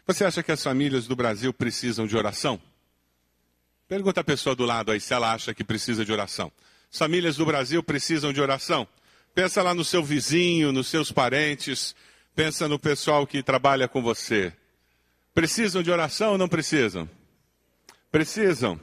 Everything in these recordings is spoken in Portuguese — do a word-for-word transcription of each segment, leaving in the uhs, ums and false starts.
Você acha que as famílias do Brasil precisam de oração? Pergunta a pessoa do lado aí se ela acha que precisa de oração. As famílias do Brasil precisam de oração? Pensa lá no seu vizinho, nos seus parentes, pensa no pessoal que trabalha com você. Precisam de oração ou não precisam? Precisam.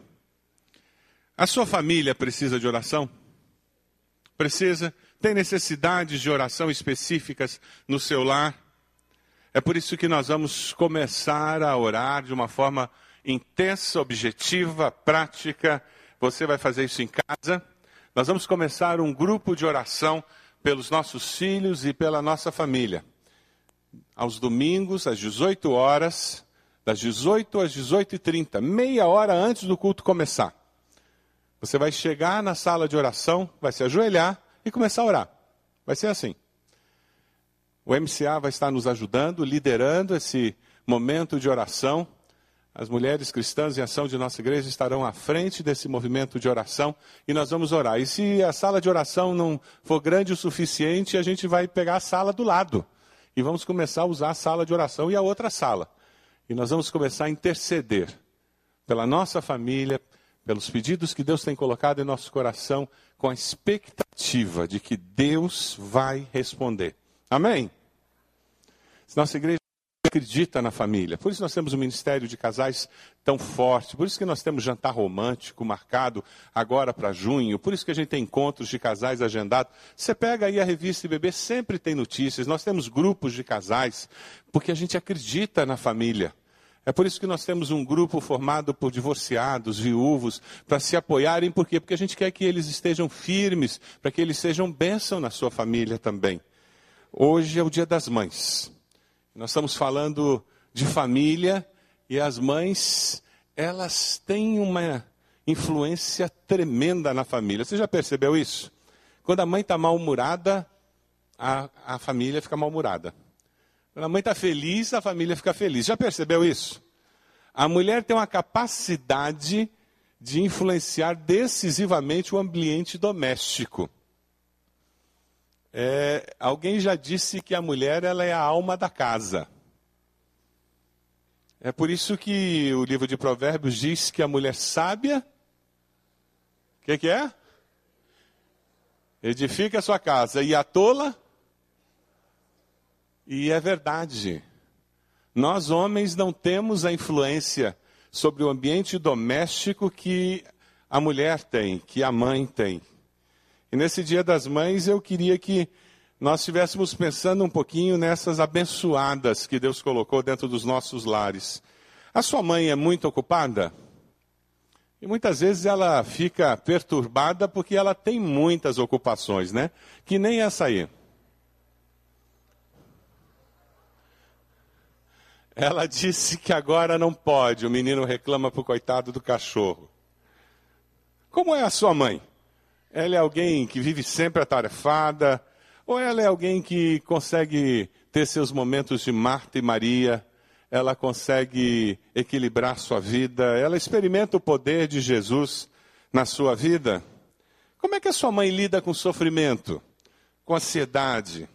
A sua família precisa de oração? Precisa? Tem necessidades de oração específicas no seu lar? É por isso que nós vamos começar a orar de uma forma intensa, objetiva, prática. Você vai fazer isso em casa. Nós vamos começar um grupo de oração pelos nossos filhos e pela nossa família. Aos domingos, às dezoito horas, das dezoito às dezoito e trinta, meia hora antes do culto começar. Você vai chegar na sala de oração, vai se ajoelhar e começar a orar. Vai ser assim. O M C A vai estar nos ajudando, liderando esse momento de oração. As mulheres cristãs em ação de nossa igreja estarão à frente desse movimento de oração e nós vamos orar. E se a sala de oração não for grande o suficiente, a gente vai pegar a sala do lado. E vamos começar a usar a sala de oração e a outra sala. E nós vamos começar a interceder pela nossa família, pelos pedidos que Deus tem colocado em nosso coração, com a expectativa de que Deus vai responder. Amém? Nossa igreja acredita na família. Por isso nós temos um ministério de casais tão forte. Por isso que nós temos jantar romântico marcado agora para junho. Por isso que a gente tem encontros de casais agendados. Você pega aí a revista I B B, sempre tem notícias. Nós temos grupos de casais, porque a gente acredita na família. É por isso que nós temos um grupo formado por divorciados, viúvos, para se apoiarem. Por quê? Porque a gente quer que eles estejam firmes, para que eles sejam bênção na sua família também. Hoje é o Dia das Mães. Nós estamos falando de família e as mães, elas têm uma influência tremenda na família. Você já percebeu isso? Quando a mãe está mal-humorada, a, a família fica mal-humorada. Quando a mãe está feliz, a família fica feliz. Já percebeu isso? A mulher tem uma capacidade de influenciar decisivamente o ambiente doméstico. É, alguém já disse que a mulher ela é a alma da casa. É por isso que o livro de Provérbios diz que a mulher sábia, o que, que é? Edifica a sua casa, e a tola, e é verdade. Nós homens não temos a influência sobre o ambiente doméstico que a mulher tem, que a mãe tem. E nesse Dia das Mães eu queria que nós estivéssemos pensando um pouquinho nessas abençoadas que Deus colocou dentro dos nossos lares. A sua mãe é muito ocupada? E muitas vezes ela fica perturbada porque ela tem muitas ocupações, né? Que nem essa aí. Ela disse que agora não pode, o menino reclama para o coitado do cachorro. Como é a sua mãe? Ela é alguém que vive sempre atarefada? Ou ela é alguém que consegue ter seus momentos de Marta e Maria? Ela consegue equilibrar sua vida? Ela experimenta o poder de Jesus na sua vida? Como é que a sua mãe lida com sofrimento, com ansiedade?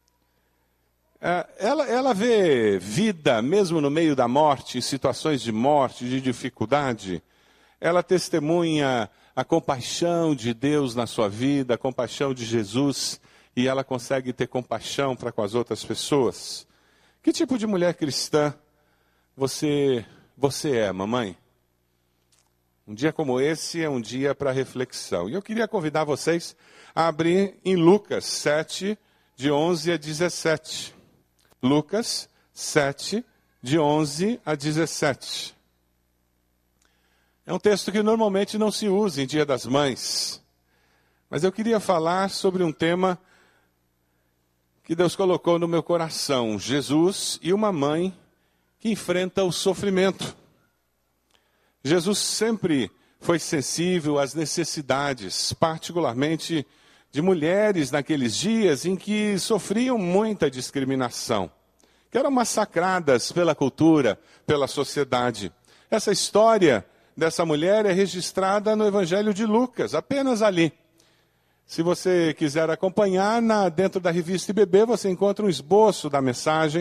Ela, ela vê vida, mesmo no meio da morte, em situações de morte, de dificuldade? Ela testemunha a compaixão de Deus na sua vida, a compaixão de Jesus, e ela consegue ter compaixão para com as outras pessoas? Que tipo de mulher cristã você, você é, mamãe? Um dia como esse é um dia para reflexão. E eu queria convidar vocês a abrir em Lucas sete, de onze a dezessete. Lucas sete, de onze a dezessete. É um texto que normalmente não se usa em Dia das Mães. Mas eu queria falar sobre um tema que Deus colocou no meu coração. Jesus e uma mãe que enfrenta o sofrimento. Jesus sempre foi sensível às necessidades, particularmente de mulheres naqueles dias em que sofriam muita discriminação, que eram massacradas pela cultura, pela sociedade. Essa história dessa mulher é registrada no Evangelho de Lucas, apenas ali. Se você quiser acompanhar, na, dentro da revista I B B, você encontra um esboço da mensagem,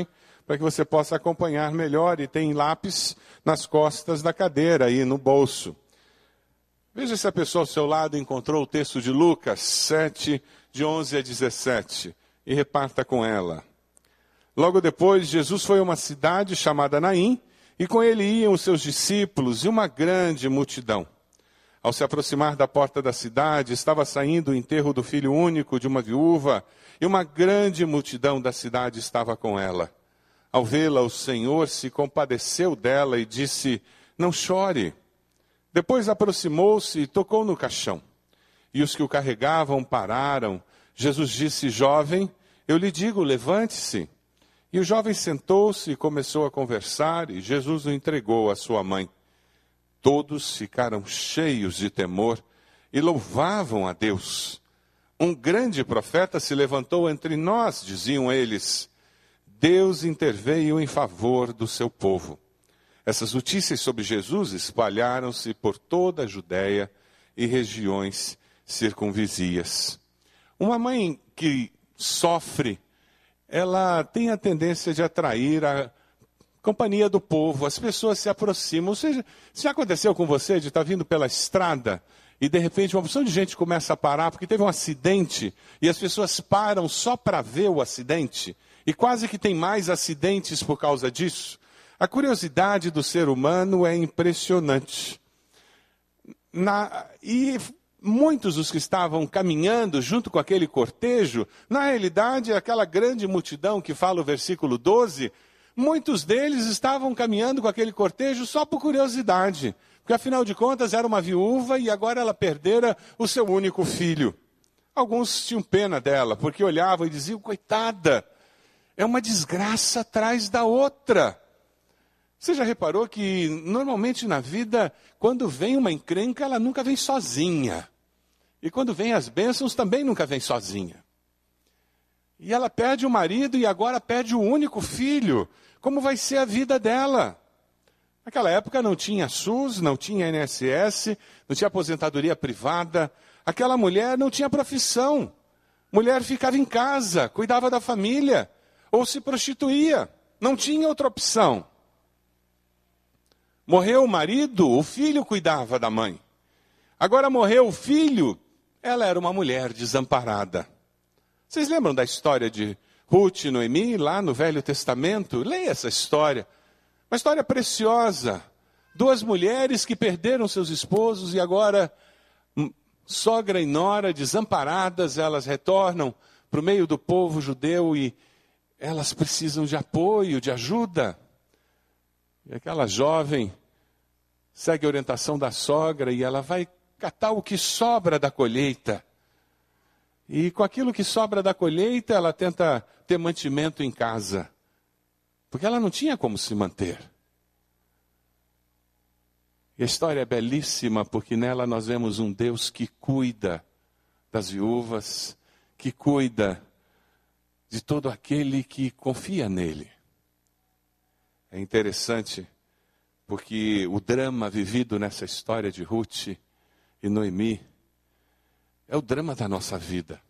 para que você possa acompanhar melhor, e tem lápis nas costas da cadeira e no bolso. Veja se a pessoa ao seu lado encontrou o texto de Lucas sete, de onze a dezessete, e reparta com ela. Logo depois, Jesus foi a uma cidade chamada Naim, e com ele iam os seus discípulos e uma grande multidão. Ao se aproximar da porta da cidade, estava saindo o enterro do filho único de uma viúva, e uma grande multidão da cidade estava com ela. Ao vê-la, o Senhor se compadeceu dela e disse: "Não chore." Depois aproximou-se e tocou no caixão. E os que o carregavam pararam. Jesus disse: "Jovem, eu lhe digo, levante-se." E o jovem sentou-se e começou a conversar, e Jesus o entregou à sua mãe. Todos ficaram cheios de temor e louvavam a Deus. Um grande profeta se levantou entre nós, diziam eles. Deus interveio em favor do seu povo. Essas notícias sobre Jesus espalharam-se por toda a Judéia e regiões circunvizinhas. Uma mãe que sofre, ela tem a tendência de atrair a companhia do povo, as pessoas se aproximam. Ou seja, se já aconteceu com você de estar vindo pela estrada e de repente uma porção de gente começa a parar porque teve um acidente e as pessoas param só para ver o acidente e quase que tem mais acidentes por causa disso. A curiosidade do ser humano é impressionante. Na, e muitos dos que estavam caminhando junto com aquele cortejo, na realidade, aquela grande multidão que fala o versículo doze, muitos deles estavam caminhando com aquele cortejo só por curiosidade. Porque, afinal de contas, era uma viúva e agora ela perdera o seu único filho. Alguns tinham pena dela, porque olhavam e diziam: coitada, é uma desgraça atrás da outra. Você já reparou que, normalmente na vida, quando vem uma encrenca, ela nunca vem sozinha. E quando vem as bênçãos, também nunca vem sozinha. E ela perde o marido e agora perde o único filho. Como vai ser a vida dela? Naquela época não tinha SUS, não tinha I N S S, não tinha aposentadoria privada. Aquela mulher não tinha profissão. Mulher ficava em casa, cuidava da família, ou se prostituía. Não tinha outra opção. Morreu o marido, o filho cuidava da mãe. Agora morreu o filho, ela era uma mulher desamparada. Vocês lembram da história de Ruth e Noemi, lá no Velho Testamento? Leia essa história. Uma história preciosa. Duas mulheres que perderam seus esposos e agora, sogra e nora, desamparadas, elas retornam para o meio do povo judeu e elas precisam de apoio, de ajuda. E aquela jovem segue a orientação da sogra e ela vai catar o que sobra da colheita. E com aquilo que sobra da colheita, ela tenta ter mantimento em casa. Porque ela não tinha como se manter. E a história é belíssima, porque nela nós vemos um Deus que cuida das viúvas, que cuida de todo aquele que confia nele. É interessante, porque o drama vivido nessa história de Ruth e Noemi é o drama da nossa vida.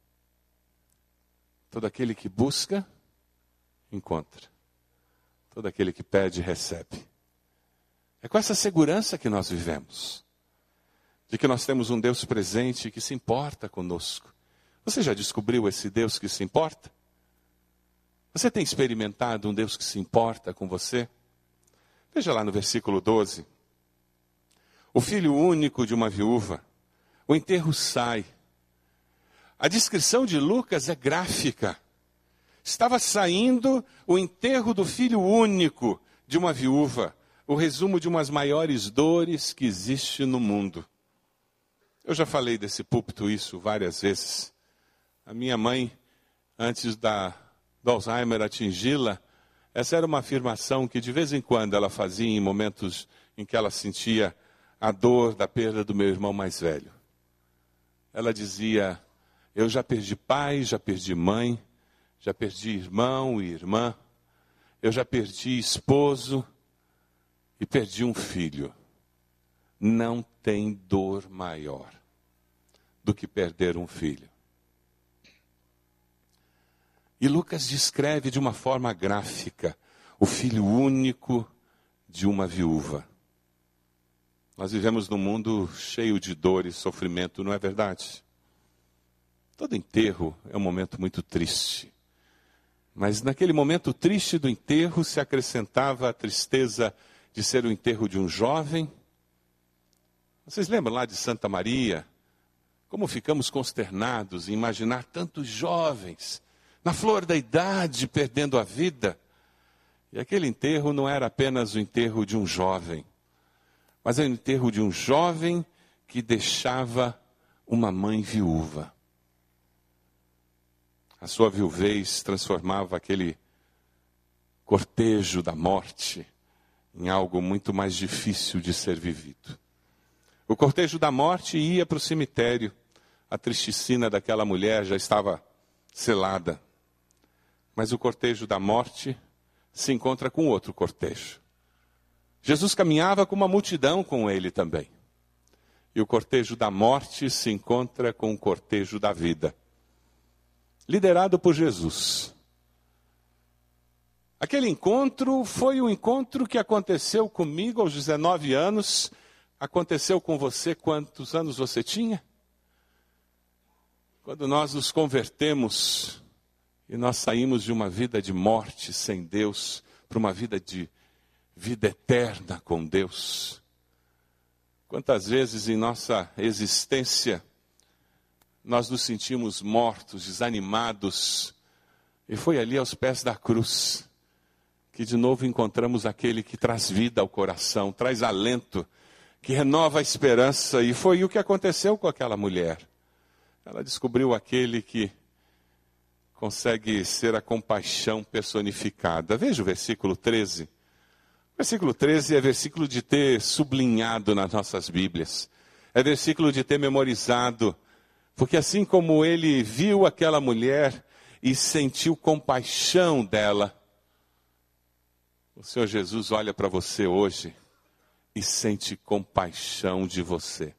Todo aquele que busca, encontra. Todo aquele que pede, recebe. É com essa segurança que nós vivemos. De que nós temos um Deus presente que se importa conosco. Você já descobriu esse Deus que se importa? Você tem experimentado um Deus que se importa com você? Veja lá no versículo doze. O filho único de uma viúva, o enterro sai. A descrição de Lucas é gráfica. Estava saindo o enterro do filho único de uma viúva, o resumo de umas maiores dores que existe no mundo. Eu já falei desse púlpito isso várias vezes. A minha mãe, antes da, do Alzheimer atingi-la, essa era uma afirmação que de vez em quando ela fazia em momentos em que ela sentia a dor da perda do meu irmão mais velho. Ela dizia: eu já perdi pai, já perdi mãe, já perdi irmão e irmã, eu já perdi esposo e perdi um filho. Não tem dor maior do que perder um filho. E Lucas descreve de uma forma gráfica o filho único de uma viúva. Nós vivemos num mundo cheio de dor e sofrimento, não é verdade? Todo enterro é um momento muito triste. Mas naquele momento triste do enterro se acrescentava a tristeza de ser o enterro de um jovem. Vocês lembram lá de Santa Maria? Como ficamos consternados em imaginar tantos jovens, na flor da idade, perdendo a vida. E aquele enterro não era apenas o enterro de um jovem, mas era o enterro de um jovem que deixava uma mãe viúva. A sua viuvez transformava aquele cortejo da morte em algo muito mais difícil de ser vivido. O cortejo da morte ia para o cemitério. A tristicina daquela mulher já estava selada. Mas o cortejo da morte se encontra com outro cortejo. Jesus caminhava com uma multidão com ele também. E o cortejo da morte se encontra com o cortejo da vida, liderado por Jesus. Aquele encontro foi um encontro que aconteceu comigo aos dezenove anos. Aconteceu com você, quantos anos você tinha? Quando nós nos convertemos e nós saímos de uma vida de morte sem Deus para uma vida de vida eterna com Deus. Quantas vezes em nossa existência nós nos sentimos mortos, desanimados, e foi ali aos pés da cruz que de novo encontramos aquele que traz vida ao coração, traz alento, que renova a esperança, e foi o que aconteceu com aquela mulher. Ela descobriu aquele que consegue ser a compaixão personificada. Veja o versículo treze. O versículo treze é versículo de ter sublinhado nas nossas Bíblias. É versículo de ter memorizado. Porque assim como ele viu aquela mulher e sentiu compaixão dela, o Senhor Jesus olha para você hoje e sente compaixão de você.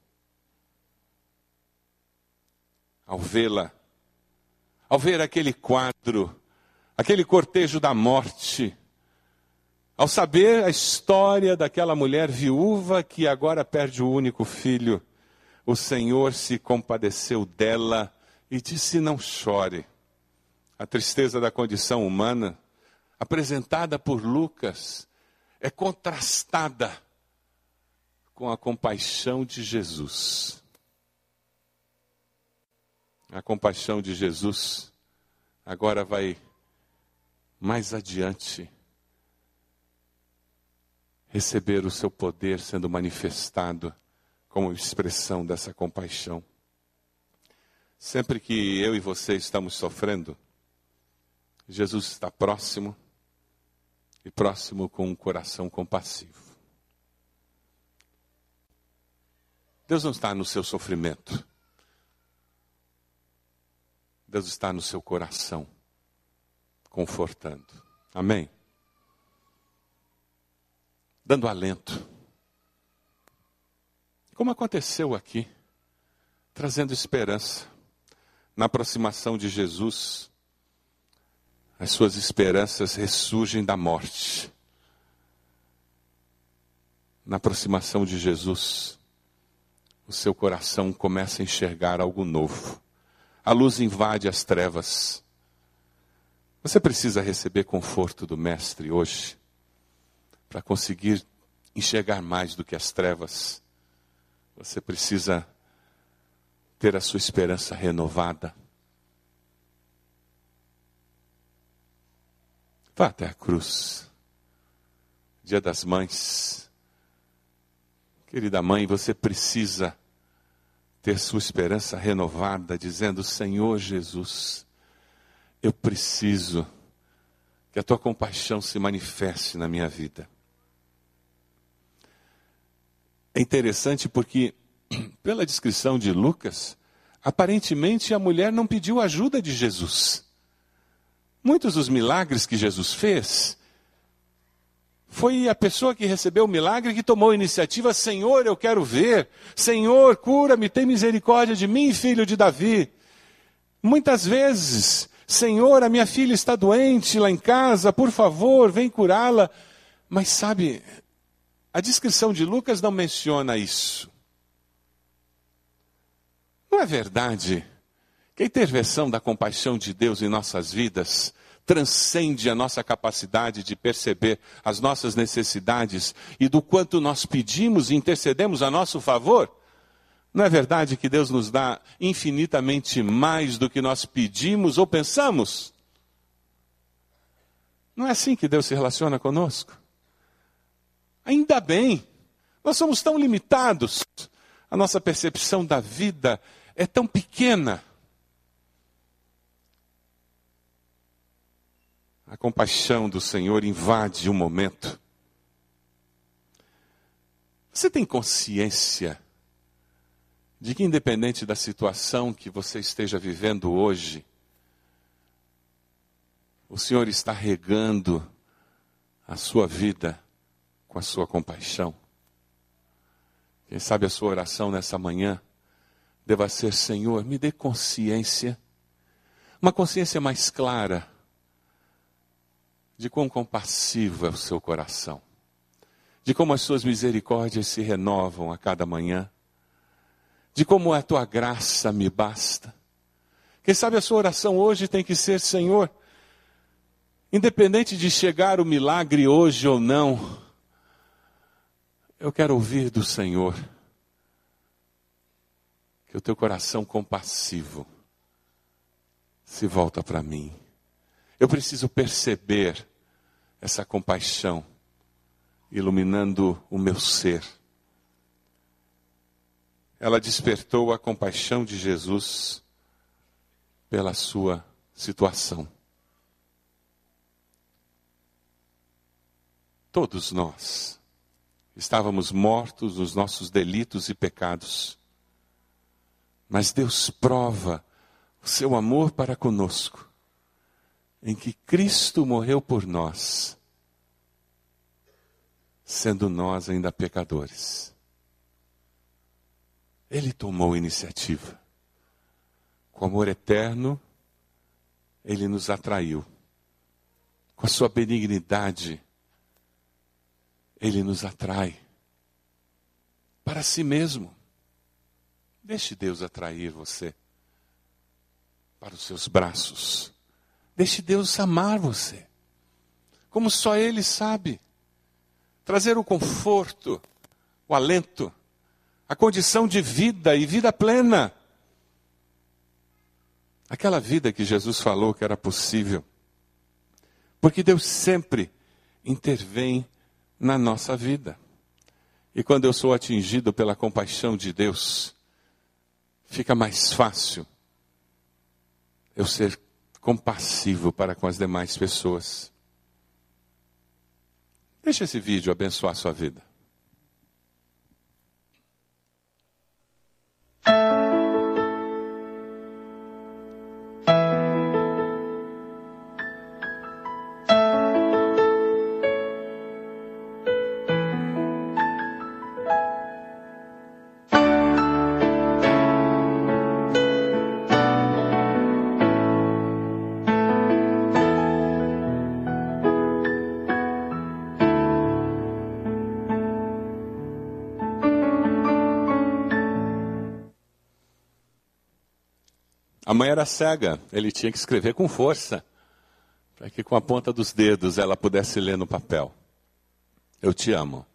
Ao vê-la, ao ver aquele quadro, aquele cortejo da morte, ao saber a história daquela mulher viúva que agora perde o único filho, o Senhor se compadeceu dela e disse: não chore. A tristeza da condição humana, apresentada por Lucas, é contrastada com a compaixão de Jesus. A compaixão de Jesus agora vai mais adiante receber o seu poder sendo manifestado como expressão dessa compaixão. Sempre que eu e você estamos sofrendo, Jesus está próximo, e próximo com um coração compassivo. Deus não está no seu sofrimento. Deus está no seu coração, confortando. Amém? Dando alento. Como aconteceu aqui, trazendo esperança. Na aproximação de Jesus, as suas esperanças ressurgem da morte. Na aproximação de Jesus, o seu coração começa a enxergar algo novo. A luz invade as trevas. Você precisa receber conforto do Mestre hoje, para conseguir enxergar mais do que as trevas. Você precisa ter a sua esperança renovada. Vá até a cruz. Dia das Mães. Querida mãe, você precisa ter sua esperança renovada, dizendo: Senhor Jesus, eu preciso que a tua compaixão se manifeste na minha vida. É interessante porque, pela descrição de Lucas, aparentemente a mulher não pediu ajuda de Jesus. Muitos dos milagres que Jesus fez, foi a pessoa que recebeu o milagre que tomou a iniciativa: Senhor, eu quero ver. Senhor, cura-me, tem misericórdia de mim, filho de Davi. Muitas vezes, Senhor, a minha filha está doente lá em casa, por favor, vem curá-la. Mas sabe, a descrição de Lucas não menciona isso. Não é verdade que a intervenção da compaixão de Deus em nossas vidas transcende a nossa capacidade de perceber as nossas necessidades e do quanto nós pedimos e intercedemos a nosso favor? Não é verdade que Deus nos dá infinitamente mais do que nós pedimos ou pensamos? Não é assim que Deus se relaciona conosco? Ainda bem, nós somos tão limitados, a nossa percepção da vida é tão pequena. A compaixão do Senhor invade o momento. Você tem consciência de que, independente da situação que você esteja vivendo hoje, o Senhor está regando a sua vida com a sua compaixão? Quem sabe a sua oração nessa manhã deva ser: Senhor, me dê consciência, uma consciência mais clara de quão compassivo é o seu coração, de como as suas misericórdias se renovam a cada manhã, de como a tua graça me basta. Quem sabe a sua oração hoje tem que ser: Senhor, independente de chegar o milagre hoje ou não, eu quero ouvir do Senhor que o teu coração compassivo se volta para mim. Eu preciso perceber essa compaixão iluminando o meu ser. Ela despertou a compaixão de Jesus pela sua situação. Todos nós estávamos mortos nos nossos delitos e pecados, mas Deus prova o seu amor para conosco em que Cristo morreu por nós, sendo nós ainda pecadores. Ele tomou iniciativa. Com amor eterno, Ele nos atraiu. Com a sua benignidade, Ele nos atrai para si mesmo. Deixe Deus atrair você para os seus braços. Deixe Deus amar você, como só Ele sabe. Trazer o conforto, o alento, a condição de vida e vida plena. Aquela vida que Jesus falou que era possível. Porque Deus sempre intervém na nossa vida. E quando eu sou atingido pela compaixão de Deus, fica mais fácil eu ser compassivo para com as demais pessoas. Deixa esse vídeo abençoar a sua vida. A mãe era cega, ele tinha que escrever com força, para que com a ponta dos dedos ela pudesse ler no papel. Eu te amo.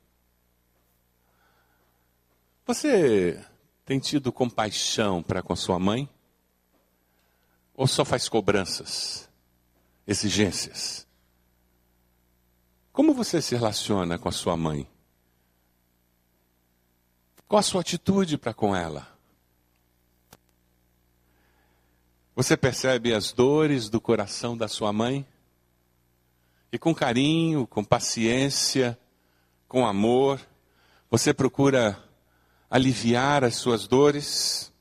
Você tem tido compaixão para com sua mãe? Ou só faz cobranças, exigências? Como você se relaciona com a sua mãe? Qual a sua atitude para com ela? Você percebe as dores do coração da sua mãe? E com carinho, com paciência, com amor, você procura aliviar as suas dores?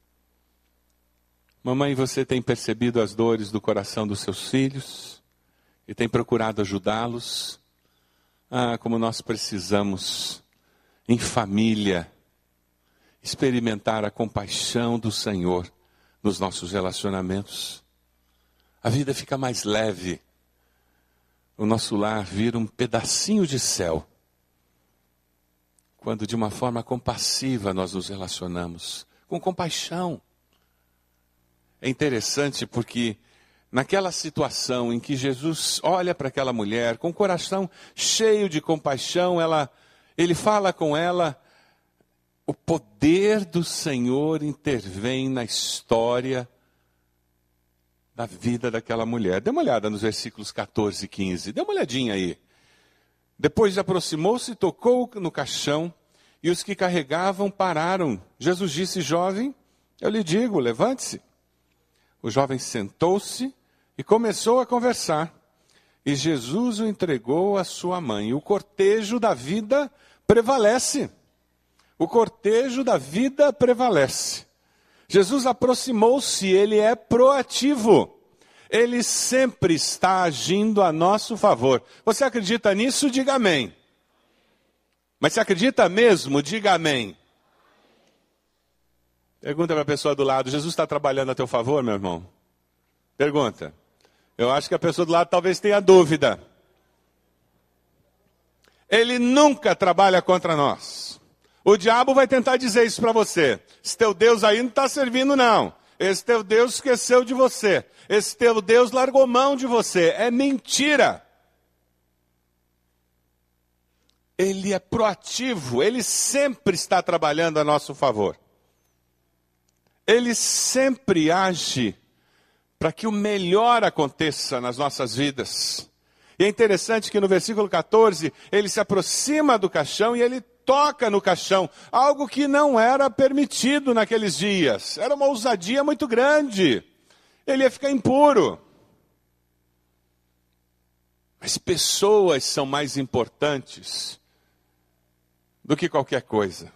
Mamãe, você tem percebido as dores do coração dos seus filhos? E tem procurado ajudá-los? Ah, como nós precisamos, em família, experimentar a compaixão do Senhor nos nossos relacionamentos. a vida fica mais leve. O nosso lar vira um pedacinho de céu. Quando de uma forma compassiva nós nos relacionamos, com compaixão. É interessante porque naquela situação em que Jesus olha para aquela mulher com o coração cheio de compaixão, ela, ele fala com ela, o poder do Senhor intervém na história da vida daquela mulher. Dê uma olhada nos versículos catorze e quinze, dê uma olhadinha aí. Depois aproximou-se, tocou no caixão, e os que carregavam pararam. Jesus disse, jovem, eu lhe digo, levante-se. O jovem sentou-se e começou a conversar. E Jesus o entregou à sua mãe. O cortejo da vida prevalece. O cortejo da vida prevalece. Jesus aproximou-se, ele é proativo. Ele sempre está agindo a nosso favor. Você acredita nisso? Diga amém. Mas se acredita mesmo? Diga amém. Pergunta para a pessoa do lado, Jesus está trabalhando a teu favor, meu irmão? Pergunta. Eu acho que a pessoa do lado talvez tenha dúvida. Ele nunca trabalha contra nós. O diabo vai tentar dizer isso para você. Esse teu Deus aí não está servindo, não. Esse teu Deus esqueceu de você. Esse teu Deus largou mão de você. É mentira. Ele é proativo. Ele sempre está trabalhando a nosso favor. Ele sempre age para que o melhor aconteça nas nossas vidas. E é interessante que no versículo catorze, ele se aproxima do caixão e ele toca no caixão, algo que não era permitido naqueles dias. Era uma ousadia muito grande. Ele ia ficar impuro. Mas pessoas são mais importantes do que qualquer coisa.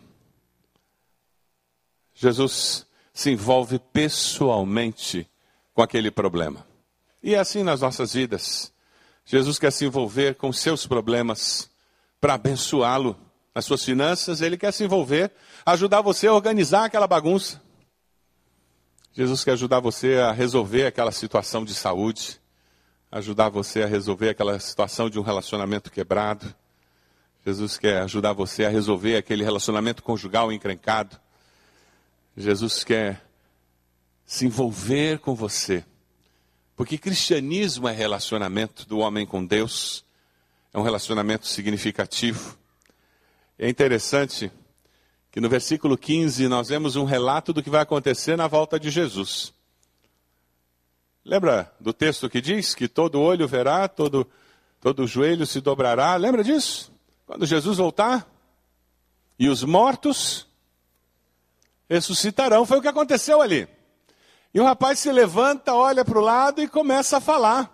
Jesus se envolve pessoalmente com aquele problema. E é assim nas nossas vidas. Jesus quer se envolver com seus problemas para abençoá-lo. Nas suas finanças, ele quer se envolver, ajudar você a organizar aquela bagunça. Jesus quer ajudar você a resolver aquela situação de saúde, ajudar você a resolver aquela situação de um relacionamento quebrado. Jesus quer ajudar você a resolver aquele relacionamento conjugal encrencado. Jesus quer se envolver com você. Porque cristianismo é relacionamento do homem com Deus. É um relacionamento significativo. É interessante que no versículo quinze nós vemos um relato do que vai acontecer na volta de Jesus. Lembra do texto que diz que todo olho verá, todo, todo joelho se dobrará? Lembra disso? Quando Jesus voltar e os mortos ressuscitarão. Foi o que aconteceu ali. E o rapaz se levanta, olha para o lado e começa a falar.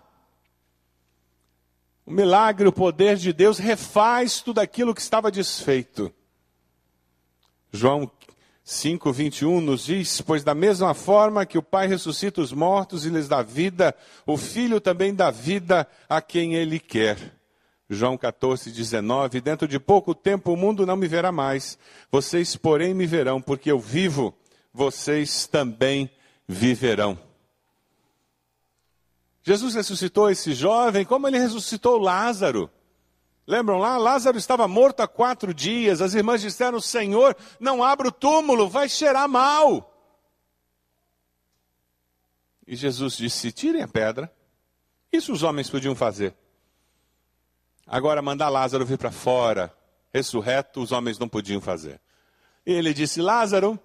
O milagre, o poder de Deus refaz tudo aquilo que estava desfeito. João cinco, vinte e um nos diz, pois da mesma forma que o Pai ressuscita os mortos e lhes dá vida, o Filho também dá vida a quem Ele quer. João quatorze, dezenove, dentro de pouco tempo o mundo não me verá mais, vocês porém me verão, porque eu vivo, vocês também viverão. Jesus ressuscitou esse jovem, como ele ressuscitou Lázaro. Lembram lá? Lázaro estava morto há quatro dias. As irmãs disseram, Senhor, não abra o túmulo, vai cheirar mal. E Jesus disse, tirem a pedra. Isso os homens podiam fazer. Agora mandar Lázaro vir para fora, ressurreto, os homens não podiam fazer. E ele disse, Lázaro.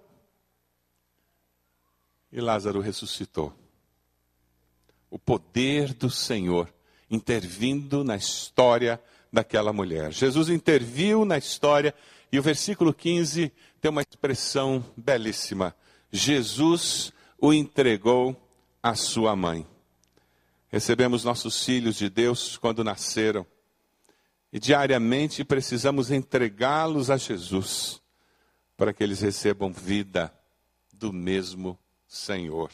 E Lázaro ressuscitou. O poder do Senhor intervindo na história daquela mulher. Jesus interviu na história e o versículo quinze tem uma expressão belíssima. Jesus o entregou à sua mãe. Recebemos nossos filhos de Deus quando nasceram e diariamente precisamos entregá-los a Jesus para que eles recebam vida do mesmo Senhor.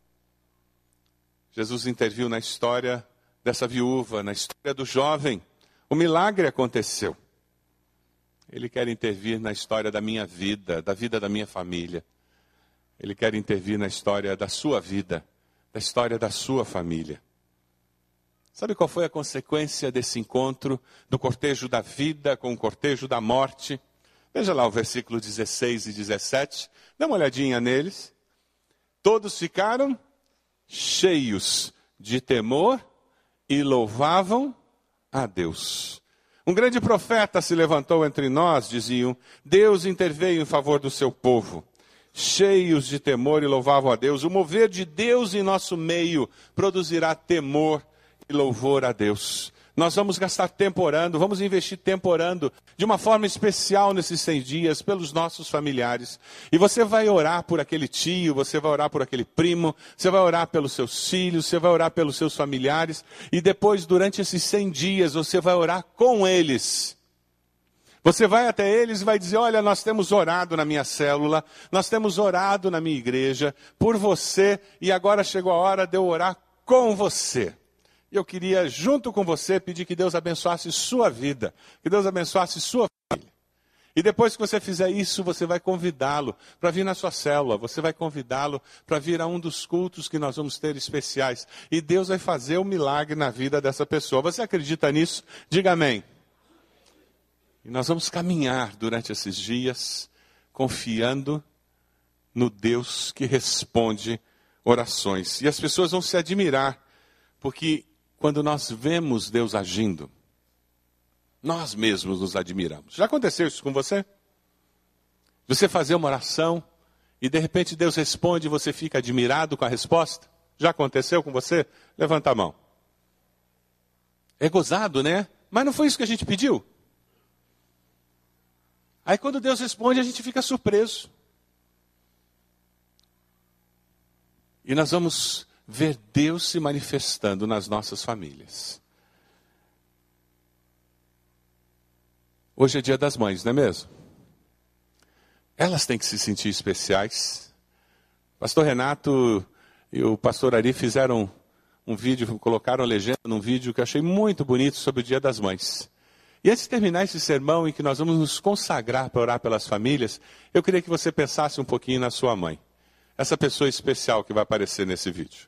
Jesus interviu na história dessa viúva, na história do jovem. O milagre aconteceu. Ele quer intervir na história da minha vida, da vida da minha família. Ele quer intervir na história da sua vida, da história da sua família. Sabe qual foi a consequência desse encontro do cortejo da vida com o cortejo da morte? Veja lá o versículo dezesseis e dezessete. Dá uma olhadinha neles. Todos ficaram cheios de temor e louvavam a Deus. Um grande profeta se levantou entre nós, diziam. Deus interveio em favor do seu povo. Cheios de temor e louvavam a Deus. O mover de Deus em nosso meio produzirá temor e louvor a Deus. Nós vamos gastar tempo orando, vamos investir tempo orando de uma forma especial nesses cem dias pelos nossos familiares. E você vai orar por aquele tio, você vai orar por aquele primo, você vai orar pelos seus filhos, você vai orar pelos seus familiares. E depois, durante esses cem dias, você vai orar com eles. Você vai até eles e vai dizer, olha, nós temos orado na minha célula, nós temos orado na minha igreja, por você, e agora chegou a hora de eu orar com você. E eu queria, junto com você, pedir que Deus abençoasse sua vida, que Deus abençoasse sua família. E depois que você fizer isso, você vai convidá-lo para vir na sua célula, você vai convidá-lo para vir a um dos cultos que nós vamos ter especiais. E Deus vai fazer um milagre na vida dessa pessoa. Você acredita nisso? Diga amém. E nós vamos caminhar durante esses dias, confiando no Deus que responde orações. E as pessoas vão se admirar, porque quando nós vemos Deus agindo, nós mesmos nos admiramos. Já aconteceu isso com você? Você fazer uma oração e de repente Deus responde e você fica admirado com a resposta? Já aconteceu com você? Levanta a mão. É gozado, né? Mas não foi isso que a gente pediu? Aí quando Deus responde, a gente fica surpreso. E nós vamos ver Deus se manifestando nas nossas famílias. Hoje é dia das mães, não é mesmo? Elas têm que se sentir especiais. O pastor Renato e o pastor Ari fizeram um vídeo, colocaram a legenda num vídeo que eu achei muito bonito sobre o dia das mães. E antes de terminar esse sermão em que nós vamos nos consagrar para orar pelas famílias, eu queria que você pensasse um pouquinho na sua mãe. Essa pessoa especial que vai aparecer nesse vídeo.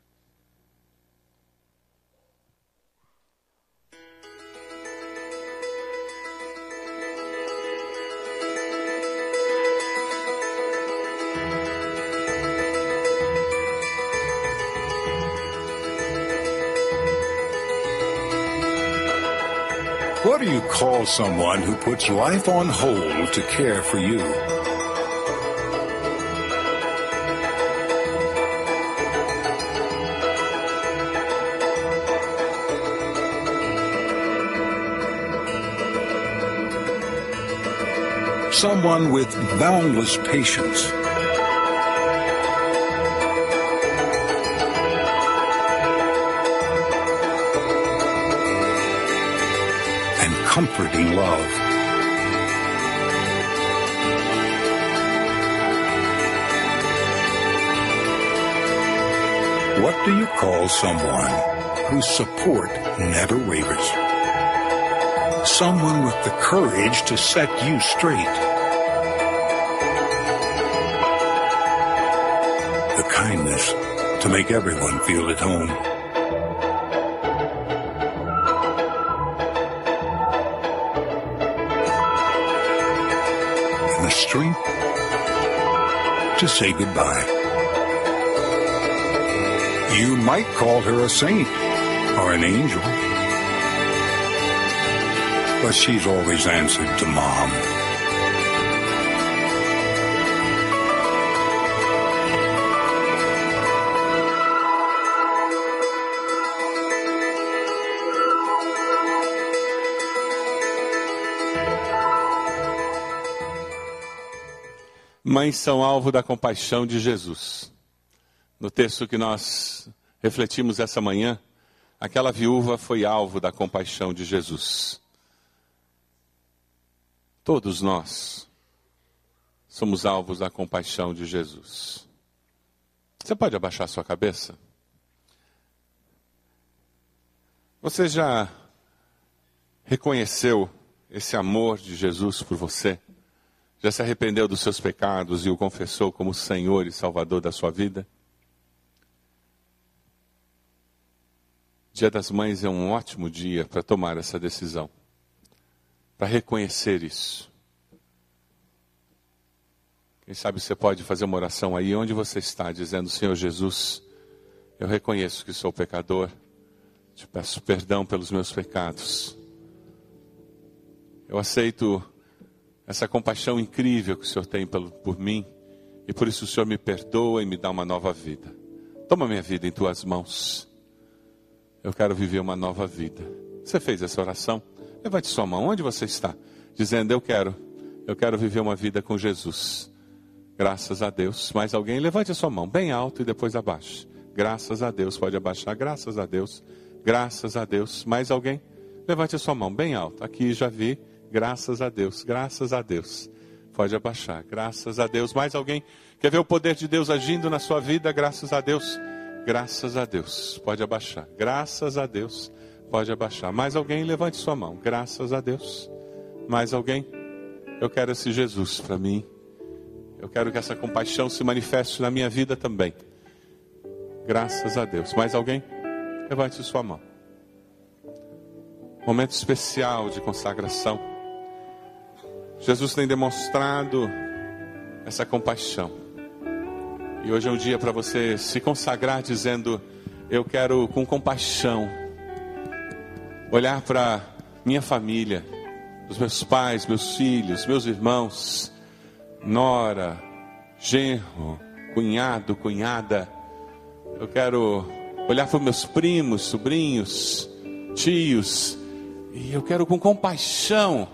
What do you call someone who puts life on hold to care for you? Someone with boundless patience. Comforting love. What do you call someone whose support never wavers? Someone with the courage to set you straight. The kindness to make everyone feel at home. The strength to say goodbye. You might call her a saint or an angel, but she's always answered to Mom. Mães são alvo da compaixão de Jesus. No texto que nós refletimos essa manhã, aquela viúva foi alvo da compaixão de Jesus. Todos nós somos alvos da compaixão de Jesus. Você pode abaixar sua cabeça? Você já reconheceu esse amor de Jesus por você? Já se arrependeu dos seus pecados e o confessou como Senhor e Salvador da sua vida? Dia das Mães é um ótimo dia para tomar essa decisão, para reconhecer isso. Quem sabe você pode fazer uma oração aí onde você está, dizendo: Senhor Jesus, eu reconheço que sou pecador, te peço perdão pelos meus pecados. Eu aceito essa compaixão incrível que o Senhor tem por mim, e por isso o Senhor me perdoa e me dá uma nova vida. Toma minha vida em tuas mãos. Eu quero viver uma nova vida. Você fez essa oração? Levante sua mão, onde você está? Dizendo: eu quero, eu quero viver uma vida com Jesus. Graças a Deus. Mais alguém? Levante a sua mão bem alto e depois abaixe. Graças a Deus. Pode abaixar. Graças a Deus. Graças a Deus. Mais alguém? Levante a sua mão bem alto. Aqui já vi. Graças a Deus. Graças a Deus. Pode abaixar. Graças a Deus. Mais alguém? Quer ver o poder de Deus agindo na sua vida? Graças a Deus. Graças a Deus. Pode abaixar. Graças a Deus. Pode abaixar. Mais alguém? Levante sua mão. Graças a Deus. Mais alguém? Eu quero esse Jesus para mim. Eu quero que essa compaixão se manifeste na minha vida também. Graças a Deus. Mais alguém? Levante sua mão. Momento especial de consagração. Jesus tem demonstrado essa compaixão. E hoje é um dia para você se consagrar dizendo: eu quero com compaixão olhar para minha família, os meus pais, meus filhos, meus irmãos, nora, genro, cunhado, cunhada. Eu quero olhar para meus primos, sobrinhos, tios, e eu quero com compaixão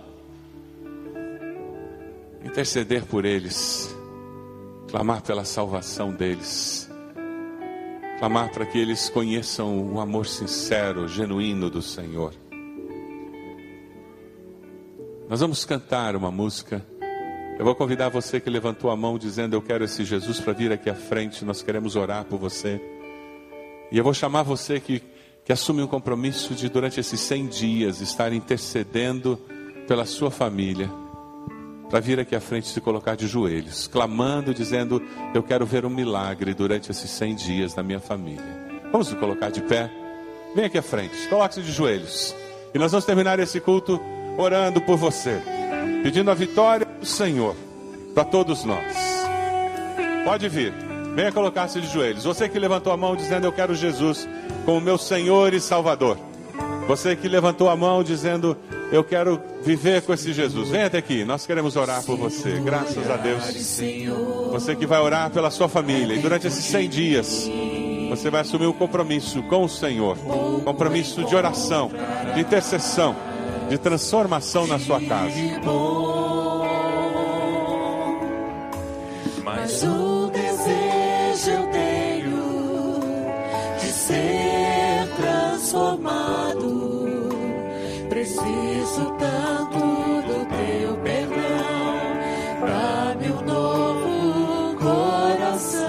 interceder por eles, clamar pela salvação deles, clamar para que eles conheçam o amor sincero, genuíno do Senhor. Nós vamos cantar uma música. Eu vou convidar você que levantou a mão dizendo: eu quero esse Jesus, para vir aqui à frente. Nós queremos orar por você. E eu vou chamar você que, que assume um compromisso de, durante esses cem dias, estar intercedendo pela sua família, para vir aqui à frente e se colocar de joelhos, clamando, dizendo: eu quero ver um milagre durante esses cem dias na minha família. Vamos nos colocar de pé? Vem aqui à frente, coloque-se de joelhos. E nós vamos terminar esse culto orando por você, pedindo a vitória do Senhor para todos nós. Pode vir, venha colocar-se de joelhos. Você que levantou a mão dizendo: eu quero Jesus como meu Senhor e Salvador. Você que levantou a mão dizendo: eu quero viver com esse Jesus, vem até aqui, nós queremos orar por você. Graças a Deus. Você que vai orar pela sua família, e durante esses cem dias você vai assumir um compromisso com o Senhor, compromisso de oração, de intercessão, de transformação na sua casa. Mas o desejo eu tenho de ser transformado. Preciso tanto do teu perdão, dá-me um novo coração,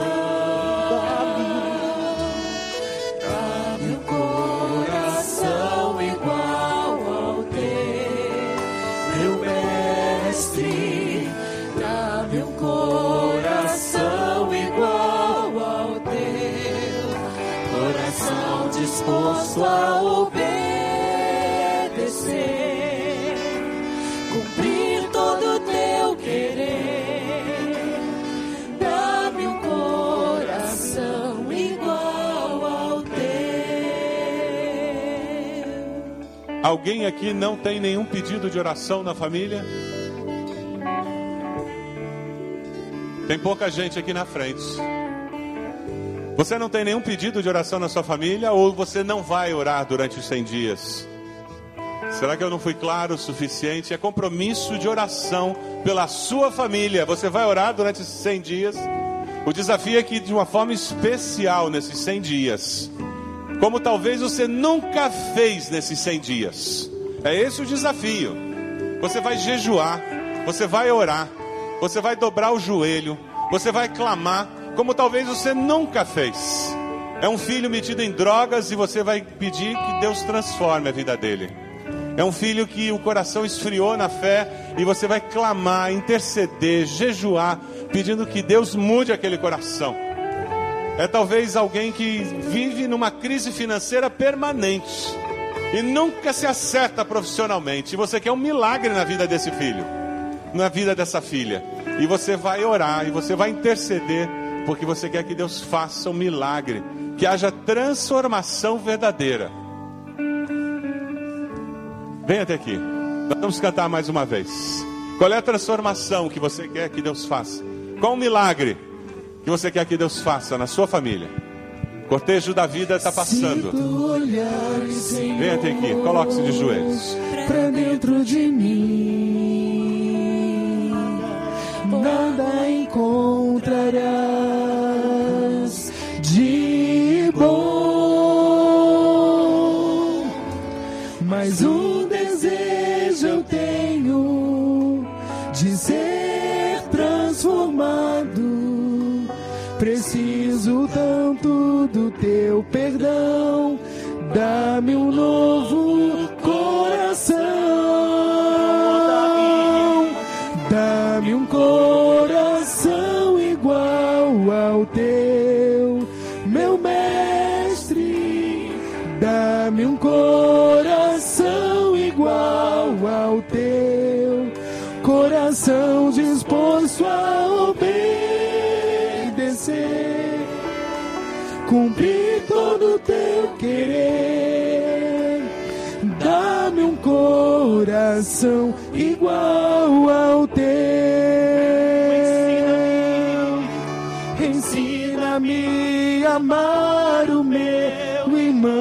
dá-me um coração igual ao teu, meu mestre, dá-me um coração igual ao teu, coração disposto a obedecer, cumprir todo o teu querer. Dá-me um coração igual ao teu. Alguém aqui não tem nenhum pedido de oração na família? Tem pouca gente aqui na frente. Você não tem nenhum pedido de oração na sua família, ou você não vai orar durante os cem dias? Será que eu não fui claro o suficiente? É compromisso de oração pela sua família. Você vai orar durante esses cem dias. O desafio é que, de uma forma especial, nesses cem dias, como talvez você nunca fez nesses cem dias, é esse o desafio. Você vai jejuar, você vai orar, você vai dobrar o joelho, você vai clamar como talvez você nunca fez. É um filho metido em drogas e você vai pedir que Deus transforme a vida dele. É um filho que o coração esfriou na fé e você vai clamar, interceder, jejuar, pedindo que Deus mude aquele coração. É talvez alguém que vive numa crise financeira permanente e nunca se acerta profissionalmente. E você quer um milagre na vida desse filho, na vida dessa filha. E você vai orar, e você vai interceder, porque você quer que Deus faça um milagre, que haja transformação verdadeira. Venha até aqui, nós vamos cantar mais uma vez. Qual é a transformação que você quer que Deus faça? Qual o milagre que você quer que Deus faça na sua família? O cortejo da vida está passando. Venha até aqui, coloque-se de joelhos. Pra dentro de mim, nada encontrarás de bom, mas um desejo eu tenho de ser transformado. Preciso tanto do teu perdão, dá-me um novo coração, dá-me um coração igual ao teu, meu mestre, dá-me um coração igual ao teu, coração disposto a obedecer, cumprir todo o teu querer. Dá-me um coração igual ao teu. Ensina-me a amar o meu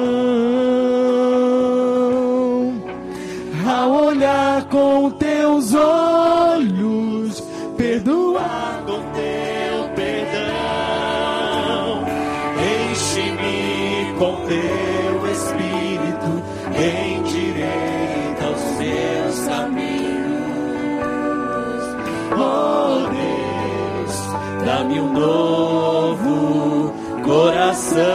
irmão, a olhar com teus olhos, perdoar com teu perdão. Enche-me com teu espírito, endireita os teus caminhos. Oh Deus, dá-me um novo coração,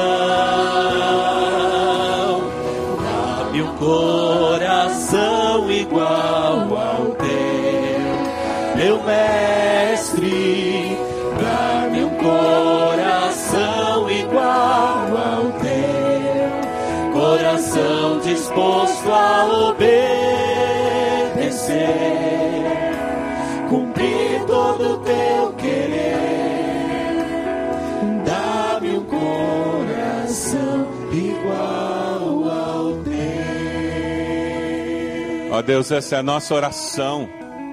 dá-me um coração igual ao teu, meu mestre, dá-me um coração igual ao teu, coração disposto a obedecer, cumprir todo o teu querer. Dá-me um coração igual ao teu. Ó Deus, essa é a nossa oração.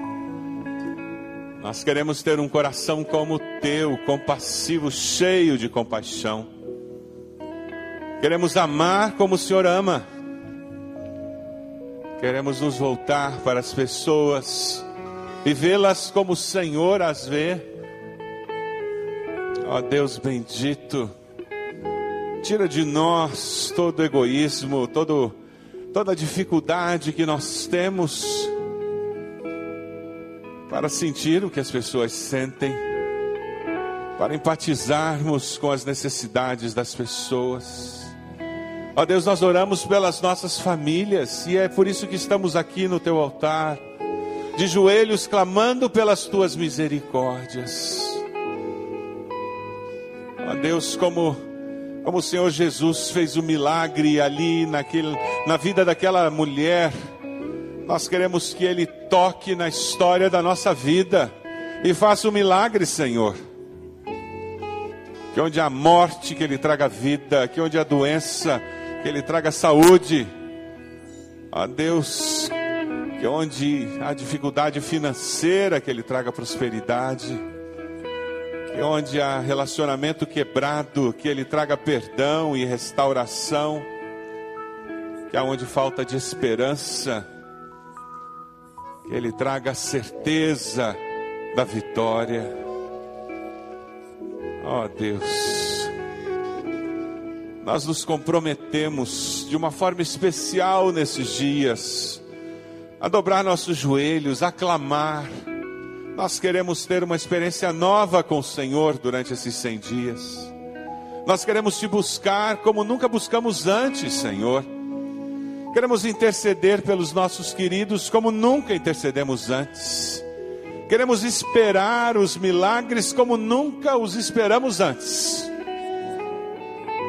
Nós queremos ter um coração como o teu, compassivo, cheio de compaixão. Queremos amar como o Senhor ama. Queremos nos voltar para as pessoas e vê-las como o Senhor as vê. Ó Deus bendito, tira de nós todo egoísmo, todo, toda dificuldade que nós temos para sentir o que as pessoas sentem, para empatizarmos com as necessidades das pessoas. Ó Deus, nós oramos pelas nossas famílias, e é por isso que estamos aqui no teu altar, de joelhos, clamando pelas tuas misericórdias. Ó Deus, como, como o Senhor Jesus fez o milagre ali naquele, na vida daquela mulher, nós queremos que Ele toque na história da nossa vida e faça um milagre, Senhor. Que onde há morte, que Ele traga vida. Que onde há doença, que Ele traga saúde. Ó Deus, que onde há dificuldade financeira, que Ele traga prosperidade. Que onde há relacionamento quebrado, que Ele traga perdão e restauração. Que aonde falta de esperança, que Ele traga a certeza da vitória. Ó Deus, nós nos comprometemos de uma forma especial nesses dias, a dobrar nossos joelhos, a clamar. Nós queremos ter uma experiência nova com o Senhor durante esses cem dias. Nós queremos te buscar como nunca buscamos antes, Senhor. Queremos interceder pelos nossos queridos como nunca intercedemos antes. Queremos esperar os milagres como nunca os esperamos antes.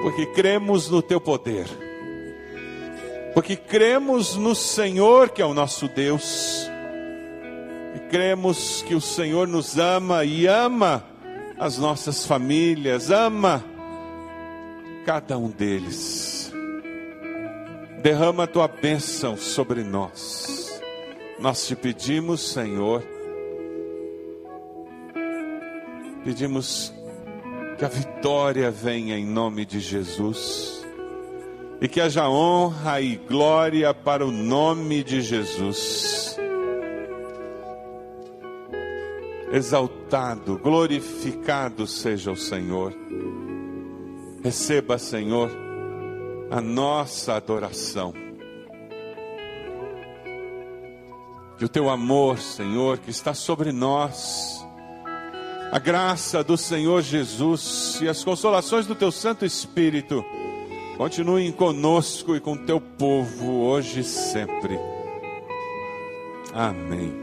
porque cremos no teu poder, porque cremos no Senhor que é o nosso Deus, e cremos que o Senhor nos ama e ama as nossas famílias, ama cada um deles. Derrama a tua bênção sobre nós. Nós te pedimos, Senhor, pedimos que a vitória venha em nome de Jesus, e que haja honra e glória para o nome de Jesus. Exaltado, glorificado seja o Senhor. Receba, Senhor, a nossa adoração. Que o teu amor, Senhor, que está sobre nós, a graça do Senhor Jesus e as consolações do teu Santo Espírito continuem conosco e com teu povo hoje e sempre. Amém.